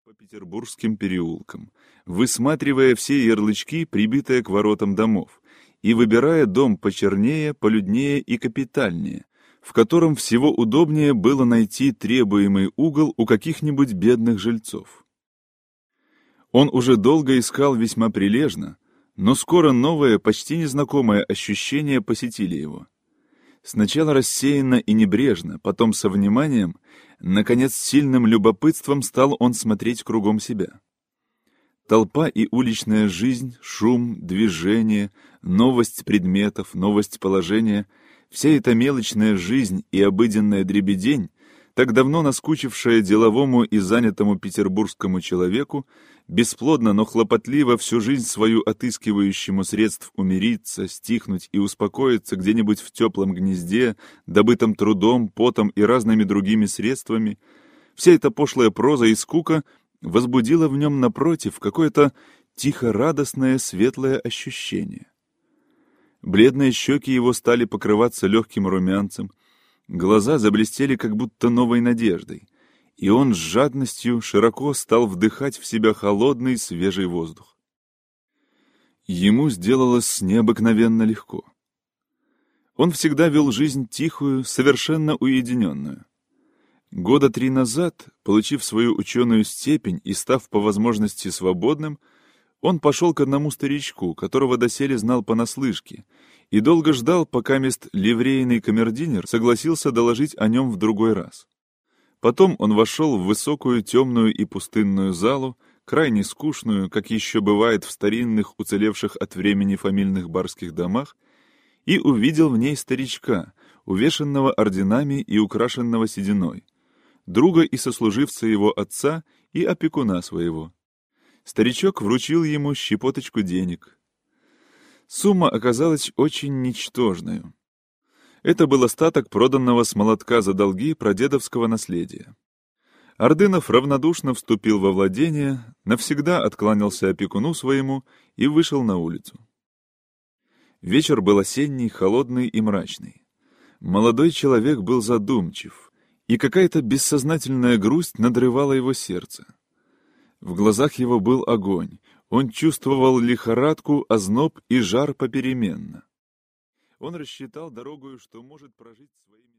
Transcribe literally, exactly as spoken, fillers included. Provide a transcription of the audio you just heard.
по петербургским переулкам, высматривая все ярлычки, прибитые к воротам домов, и выбирая дом почернее, полюднее и капитальнее, в котором всего удобнее было найти требуемый угол у каких-нибудь бедных жильцов. Он уже долго искал весьма прилежно, но скоро новое, почти незнакомое ощущение посетили его. Сначала рассеянно и небрежно, потом со вниманием, наконец с сильным любопытством стал он смотреть кругом себя. Толпа и уличная жизнь, шум, движение, новость предметов, новость положения — вся эта мелочная жизнь и обыденная дребедень, так давно наскучившая деловому и занятому петербургскому человеку, бесплодно, но хлопотливо всю жизнь свою отыскивающему средств умириться, стихнуть и успокоиться где-нибудь в теплом гнезде, добытым трудом, потом и разными другими средствами, вся эта пошлая проза и скука возбудила в нем, напротив, какое-то тихо-радостное светлое ощущение. Бледные щеки его стали покрываться легким румянцем, глаза заблестели как будто новой надеждой, и он с жадностью широко стал вдыхать в себя холодный свежий воздух. Ему сделалось необыкновенно легко. Он всегда вел жизнь тихую, совершенно уединенную. Года три назад, получив свою ученую степень и став по возможности свободным, он пошел к одному старичку, которого доселе знал понаслышке, и долго ждал, пока мест ливрейный камердинер согласился доложить о нем в другой раз. Потом он вошел в высокую, темную и пустынную залу, крайне скучную, как еще бывает в старинных, уцелевших от времени фамильных барских домах, и увидел в ней старичка, увешанного орденами и украшенного сединой, друга и сослуживца его отца и опекуна своего. Старичок вручил ему щепоточку денег. Сумма оказалась очень ничтожною. Это был остаток проданного с молотка за долги прадедовского наследия. Ордынов равнодушно вступил во владение, навсегда откланялся опекуну своему и вышел на улицу. Вечер был осенний, холодный и мрачный. Молодой человек был задумчив, и какая-то бессознательная грусть надрывала его сердце. В глазах его был огонь, он чувствовал лихорадку, озноб и жар попеременно. Он рассчитал дорогою, что может прожить своими...